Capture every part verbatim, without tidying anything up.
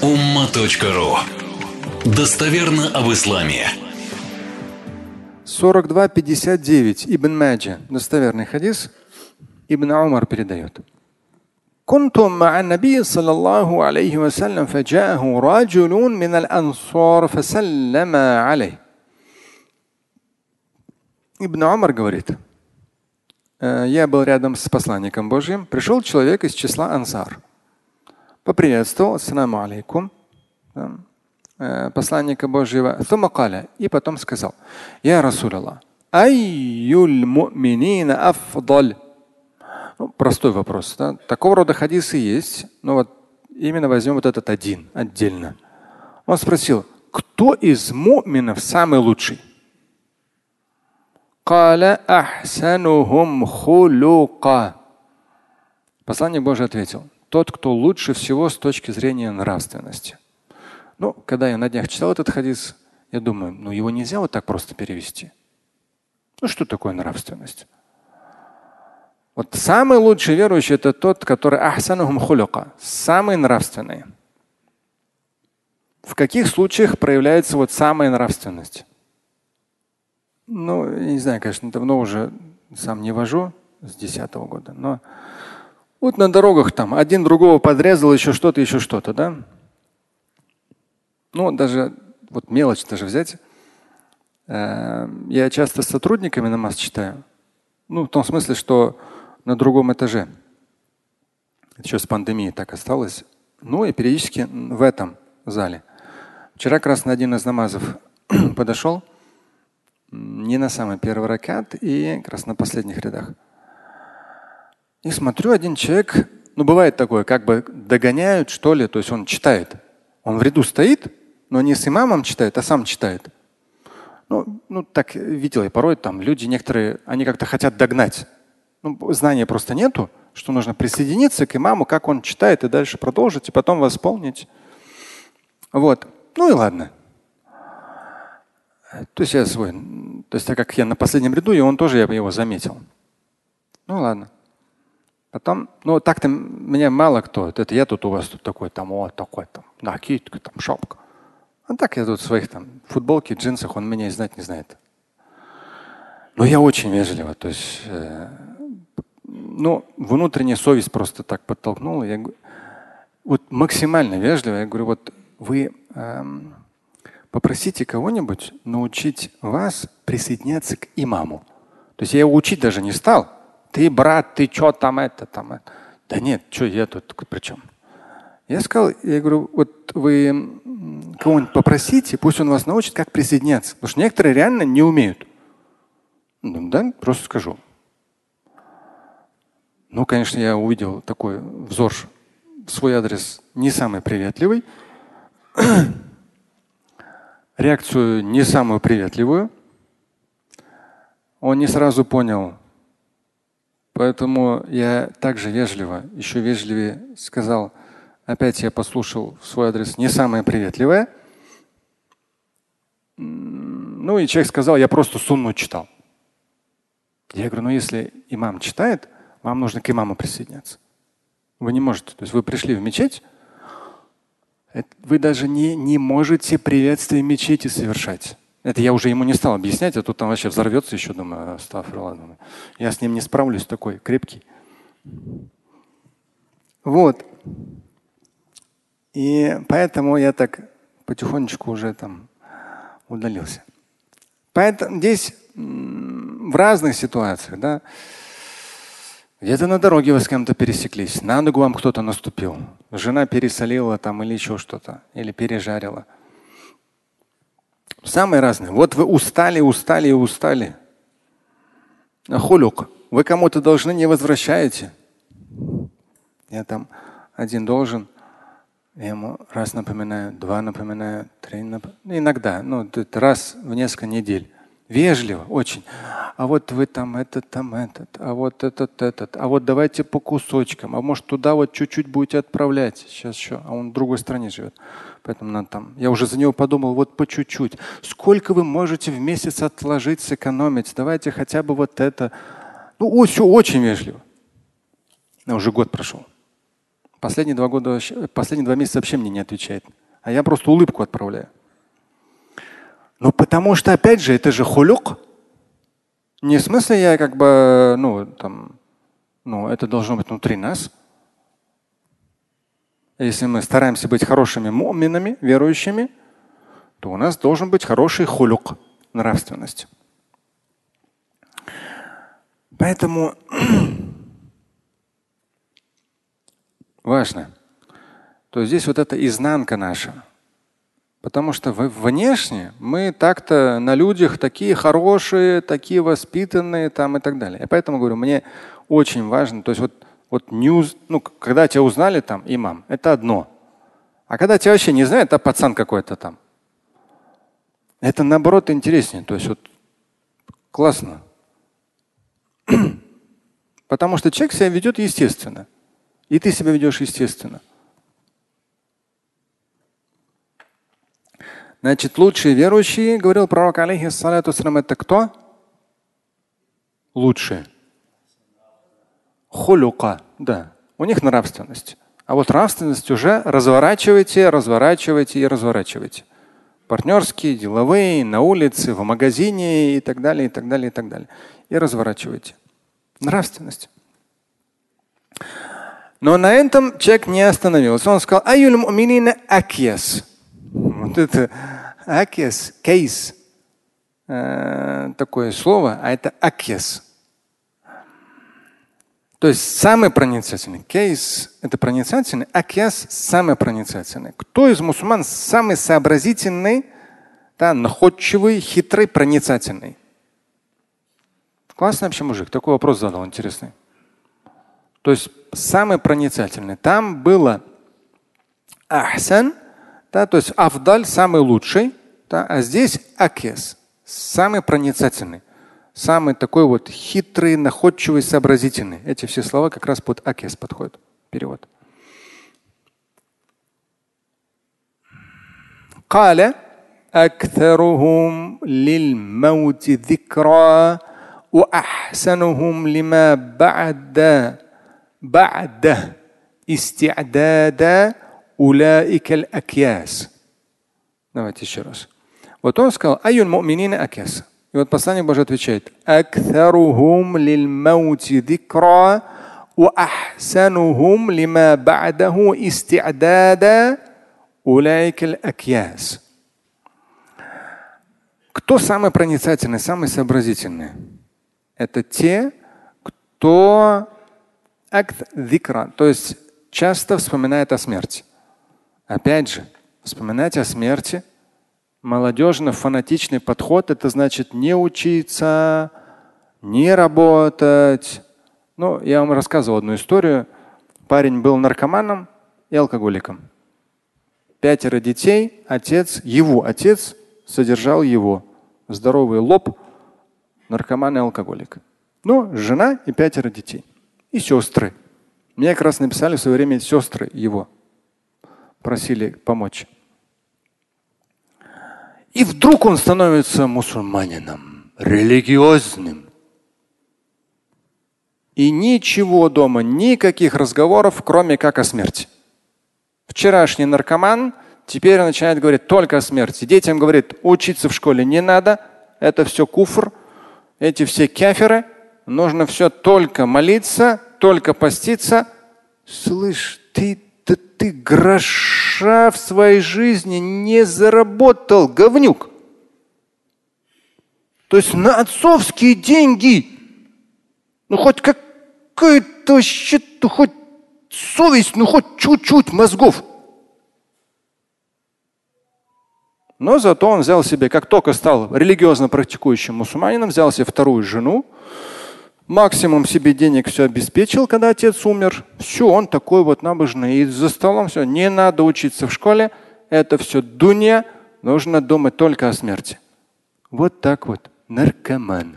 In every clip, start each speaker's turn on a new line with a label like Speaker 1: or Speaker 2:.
Speaker 1: Умма.ру. Достоверно об исламе.
Speaker 2: сорок два пятьдесят девять. Ибн Маджа. Достоверный хадис. Ибн Умар передает. كنت مع النبي صلى الله عليه وسلم فجاءه رجل من الأنصار فسلم عليه. Ибн Умар говорит: я был рядом с посланником Божьим, пришел человек из числа ансар, поприветствовал, ассаламу алейкум, посланника Божьего, и потом сказал: Я Расуль Аллах, айюль му'минина афдаль. Ну, простой вопрос. Да? Такого рода хадисы есть, но вот именно возьмем вот этот один отдельно. Он спросил: кто из му'минов самый лучший? Посланник Божий ответил: тот, кто лучше всего с точки зрения нравственности. Ну, когда я на днях читал этот хадис, я думаю, ну его нельзя вот так просто перевести. Ну что такое нравственность? Вот самый лучший верующий — это тот, который ахсанухум хулюка, самый нравственный. В каких случаях проявляется вот самая нравственность? Ну, я не знаю, конечно, давно уже сам не вожу, с десятого года, но вот на дорогах там один другого подрезал, еще что-то, еще что-то, да? Ну, даже вот мелочь даже взять. Я часто с сотрудниками намаз читаю. Ну, в том смысле, что на другом этаже. Еще с пандемией так осталось. Ну и периодически в этом зале. Вчера как раз на один из намазов подошел, не на самый первый ракат, и как раз на последних рядах. И смотрю, один человек, ну бывает такое, как бы догоняют, что ли, то есть он читает. Он в ряду стоит, но не с имамом читает, а сам читает. Ну, ну так видел я порой, там люди некоторые, они как-то хотят догнать. Ну, знания просто нету, что нужно присоединиться к имаму, как он читает, и дальше продолжить, и потом восполнить. Вот. Ну и ладно. То есть я свой. То есть так как я на последнем ряду, и он тоже, я его заметил. Ну ладно. Потом, ну так-то меня мало кто. Это я тут у вас тут такой, там, вот такой, там, накидка, там, шапка. А так я тут в своих там футболке, джинсах, он меня и знать не знает. Но я очень вежливо. То есть, э, ну, внутренняя совесть просто так подтолкнула. Я вот максимально вежливо. Я говорю, вот вы эм, попросите кого-нибудь научить вас присоединяться к имаму. То есть я его учить даже не стал. Ты, брат, ты что там это, там это. Да нет, что я тут при чем? Я сказал, я говорю, вот вы кого-нибудь попросите, пусть он вас научит, как присоединяться. Потому что некоторые реально не умеют. Ну, да, просто скажу. Ну, конечно, я увидел такой взор в свой адрес не самый приветливый. Реакцию не самую приветливую. Он не сразу понял. Поэтому я также вежливо, еще вежливее сказал, опять я послушал в свой адрес не самое приветливое. Ну и человек сказал, я просто сунну читал. Я говорю, ну если имам читает, вам нужно к имаму присоединяться. Вы не можете. То есть вы пришли в мечеть, вы даже не, не можете приветствие мечети совершать. Это я уже ему не стал объяснять, а тут там вообще взорвется еще, думаю, астафирулlah, думаю. Я с ним не справлюсь, такой крепкий. Вот. И поэтому я так потихонечку уже там удалился. Поэтому здесь в разных ситуациях, да, где-то на дороге вы с кем-то пересеклись, на ногу вам кто-то наступил, жена пересолила там или еще что-то, или пережарила. Самые разные. Вот вы устали, устали и устали. Хулюк. Вы кому-то должны, не возвращаете. Я там один должен, я ему раз напоминаю, два напоминаю, три напоминаю. Иногда, ну, раз в несколько недель. Вежливо, очень. А вот вы там этот, там этот, а вот этот, этот, а вот давайте по кусочкам, а может туда вот чуть-чуть будете отправлять. Сейчас еще, а он в другой стране живет. Поэтому надо там. Я уже за него подумал, вот по чуть-чуть. Сколько вы можете в месяц отложить, сэкономить? Давайте хотя бы вот это. Ну, все очень вежливо. Но уже год прошел. Последние два года, последние два месяца вообще мне не отвечает. А я просто улыбку отправляю. Ну, потому что, опять же, это же хулюк. Не в смысле я как бы, ну, там, ну, это должно быть внутри нас. Если мы стараемся быть хорошими му'минами, верующими, то у нас должен быть хороший хулюк, нравственность. Поэтому важно. То есть здесь вот эта изнанка наша. Потому что внешне мы так-то на людях такие хорошие, такие воспитанные там и так далее. И поэтому говорю, мне очень важно, то есть вот, вот news, ну, когда тебя узнали там имам, это одно. А когда тебя вообще не знают, это пацан какой-то там. Это наоборот интереснее. То есть вот классно. Потому что человек себя ведет естественно. И ты себя ведешь естественно. Значит, лучшие верующие, говорил пророк алейхиссалату вассалям, это кто? Лучшие. Хулюка, да. У них нравственность. А вот нравственность уже разворачивайте, разворачивайте и разворачивайте. Партнерские, деловые, на улице, в магазине и так далее, и так далее, и так далее. И разворачивайте. Нравственность. Но на этом человек не остановился. Он сказал, аюль му'минина акьяс. Вот это акьяс, кейс. Э, такое слово, а это акьяс. То есть самый проницательный. Кейс – это проницательный, акьяс – самый проницательный. Кто из мусульман самый сообразительный, да, находчивый, хитрый, проницательный? Классный вообще мужик. Такой вопрос задал, интересный. То есть самый проницательный. Там было ахсан, да, то есть афдаль, самый лучший, да, а здесь акьяс, самый проницательный. Самый такой вот хитрый, находчивый, сообразительный. Эти все слова как раз под акьяс подходят. Перевод. قال أكثرهم للموت ذكرى وأحسنهم لما بعد بعده استعدادا أولئك الأكياس. Давайте еще раз. Вот он сказал, أي المؤمنين أكياس. И вот посланник Божий отвечает: «Акthаруhum лил маути дикра, ва ахсанухум лима ба'даху исти'дада улайкаль акьяс». Кто самый проницательный, самый сообразительный? Это те, кто акт дикра, то есть часто вспоминает о смерти. Опять же, вспоминать о смерти. Молодежно-фанатичный подход – это значит не учиться, не работать. Ну, я вам рассказывал одну историю. Парень был наркоманом и алкоголиком. Пятеро детей, отец, его отец содержал его. Здоровый лоб, наркоман и алкоголик. Ну, жена и пятеро детей. И сестры. Мне как раз написали в свое время сестры его. Просили помочь. И вдруг он становится мусульманином, религиозным. И ничего дома, никаких разговоров, кроме как о смерти. Вчерашний наркоман теперь начинает говорить только о смерти. Детям говорит, учиться в школе не надо, это все куфр, эти все кафиры, нужно все только молиться, только поститься. Слышь, ты, ты, ты гроша в своей жизни не заработал, говнюк. То есть на отцовские деньги, ну хоть какая-то вообще, ну, хоть совесть, ну хоть чуть-чуть мозгов. Но зато он взял себе, как только стал религиозно практикующим мусульманином, взял себе вторую жену, максимум себе денег все обеспечил, когда отец умер. Все, он такой вот набожный. И за столом все, не надо учиться в школе, это все дунья, нужно думать только о смерти. Вот так вот, наркоман.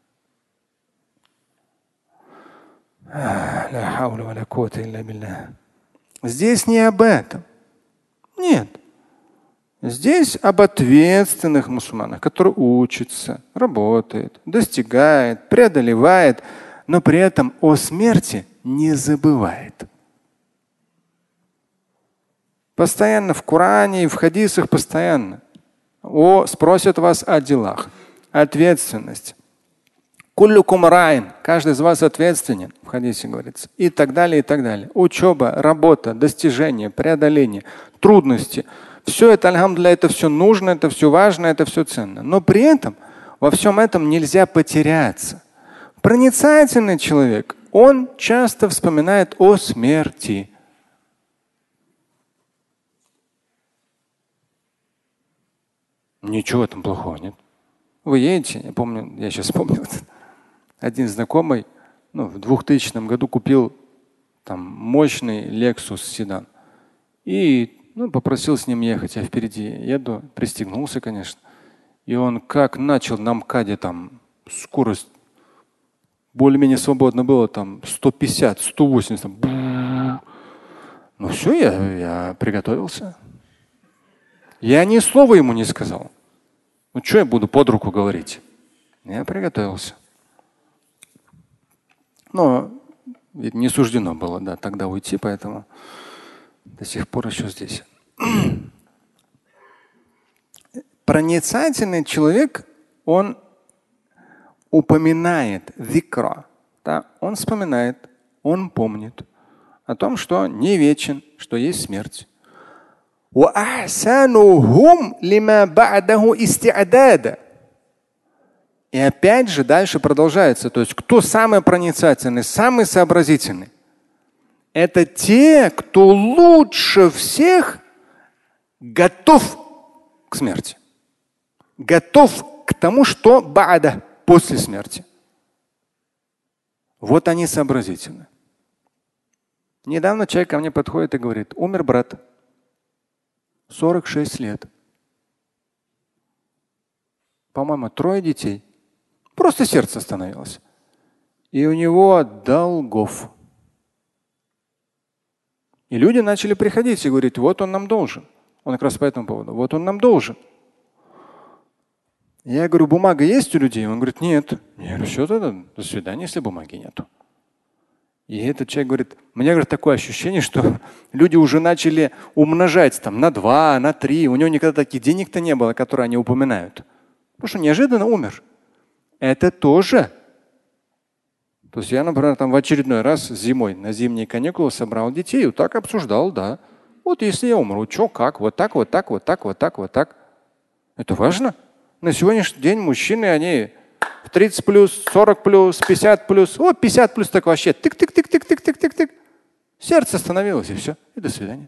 Speaker 2: Здесь не об этом. Нет. Здесь об ответственных мусульманах, которые учатся, работают, достигают, преодолевают, но при этом о смерти не забывает. Постоянно в Коране и в хадисах постоянно. О, спросят вас о делах. Ответственность. Куллюкум райн. Каждый из вас ответственен, в хадисе говорится. И так далее, и так далее. Учеба, работа, достижения, преодоление, трудности. Все это, альхамдулилля, это все нужно, это все важно, это все ценно. Но при этом во всем этом нельзя потеряться. Проницательный человек, он часто вспоминает о смерти. Ничего в этом плохого нет. Вы едете, я помню, я сейчас вспомнил, один знакомый ну, в двухтысячном году купил там мощный Lexus седан и ну, попросил с ним ехать. Я впереди еду, пристегнулся, конечно. И он как начал на МКАДе там скорость более-менее свободно было, там сто пятьдесят, сто восемьдесят. Там. Ну все, я, я приготовился. Я ни слова ему не сказал. Ну что я буду под руку говорить? Я приготовился. Но не суждено было, да, тогда уйти, поэтому до сих пор еще здесь. Проницательный человек, он упоминает зикра, да, он вспоминает, он помнит о том, что не вечен, что есть смерть. И опять же дальше продолжается. То есть кто самый проницательный, самый сообразительный? Это те, кто лучше всех готов к смерти. Готов к тому, что ба'да, после смерти. Вот они сообразительны. Недавно человек ко мне подходит и говорит: умер брат. сорок шесть лет. По-моему, трое детей. Просто сердце остановилось. И у него долгов. И люди начали приходить и говорить: вот он нам должен. Он как раз по этому поводу. Вот он нам должен. Я говорю: бумага есть у людей? Он говорит: нет. Я говорю: что тогда? До свидания, если бумаги нету. И этот человек говорит: у меня, говорит, такое ощущение, что люди уже начали умножать там на два, на три. У него никогда таких денег-то не было, которые они упоминают. Потому что неожиданно умер. Это тоже. То есть я, например, там в очередной раз зимой на зимние каникулы собрал детей и вот так обсуждал, да. Вот если я умру, что, как, вот так, вот так, вот так, вот так, вот так. Это важно. На сегодняшний день мужчины, они тридцать плюс, сорок плюс, пятьдесят плюс. О, пятьдесят плюс так вообще. Тык-тык-тык-тык-тык-тык-тык-тык. Сердце остановилось, и все. И до свидания.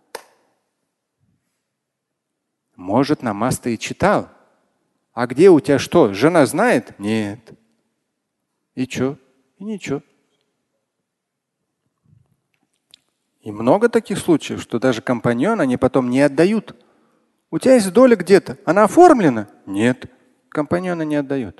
Speaker 2: Может, намаз ты и читал. А где у тебя что? Жена знает? Нет. И что? И ничего. И много таких случаев, что даже компаньона они потом не отдают. У тебя есть доля где-то. Она оформлена? Нет. Компаньона не отдают.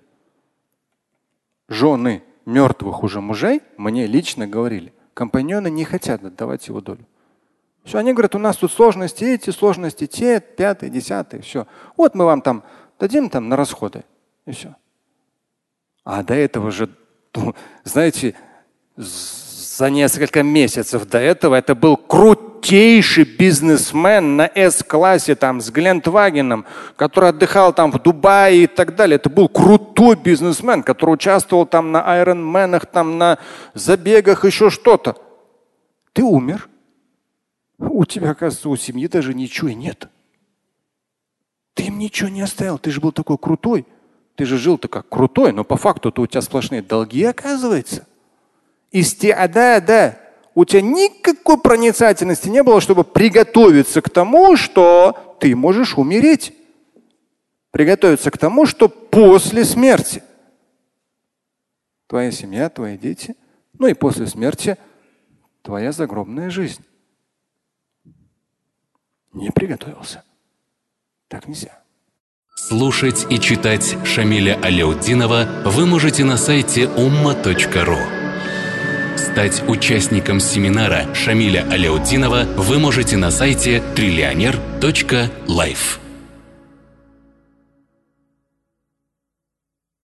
Speaker 2: Жены мертвых уже мужей мне лично говорили: компаньоны не хотят отдавать его долю. Все, они говорят: у нас тут сложности эти, сложности те, пятые, десятые, все. Вот мы вам там дадим там на расходы. И все. А до этого же, знаете, за несколько месяцев до этого это был крутейший бизнесмен на С-классе там с Гелендвагеном, который отдыхал там в Дубае и так далее. Это был крутой бизнесмен, который участвовал там на айронменах, там на забегах, еще что-то. Ты умер. У тебя, оказывается, у семьи даже ничего и нет. Ты им ничего не оставил. Ты же был такой крутой. Ты же жил-то как крутой, но по факту-то у тебя сплошные долги, оказывается. Истиада, у тебя никакой проницательности не было, чтобы приготовиться к тому, что ты можешь умереть. Приготовиться к тому, что после смерти твоя семья, твои дети, ну и после смерти твоя загробная жизнь. Не приготовился. Так нельзя.
Speaker 1: Слушать и читать Шамиля Аляутдинова вы можете на сайте умма точка ру. Стать участником семинара Шамиля Аляутдинова вы можете на сайте триллионер точка лайф.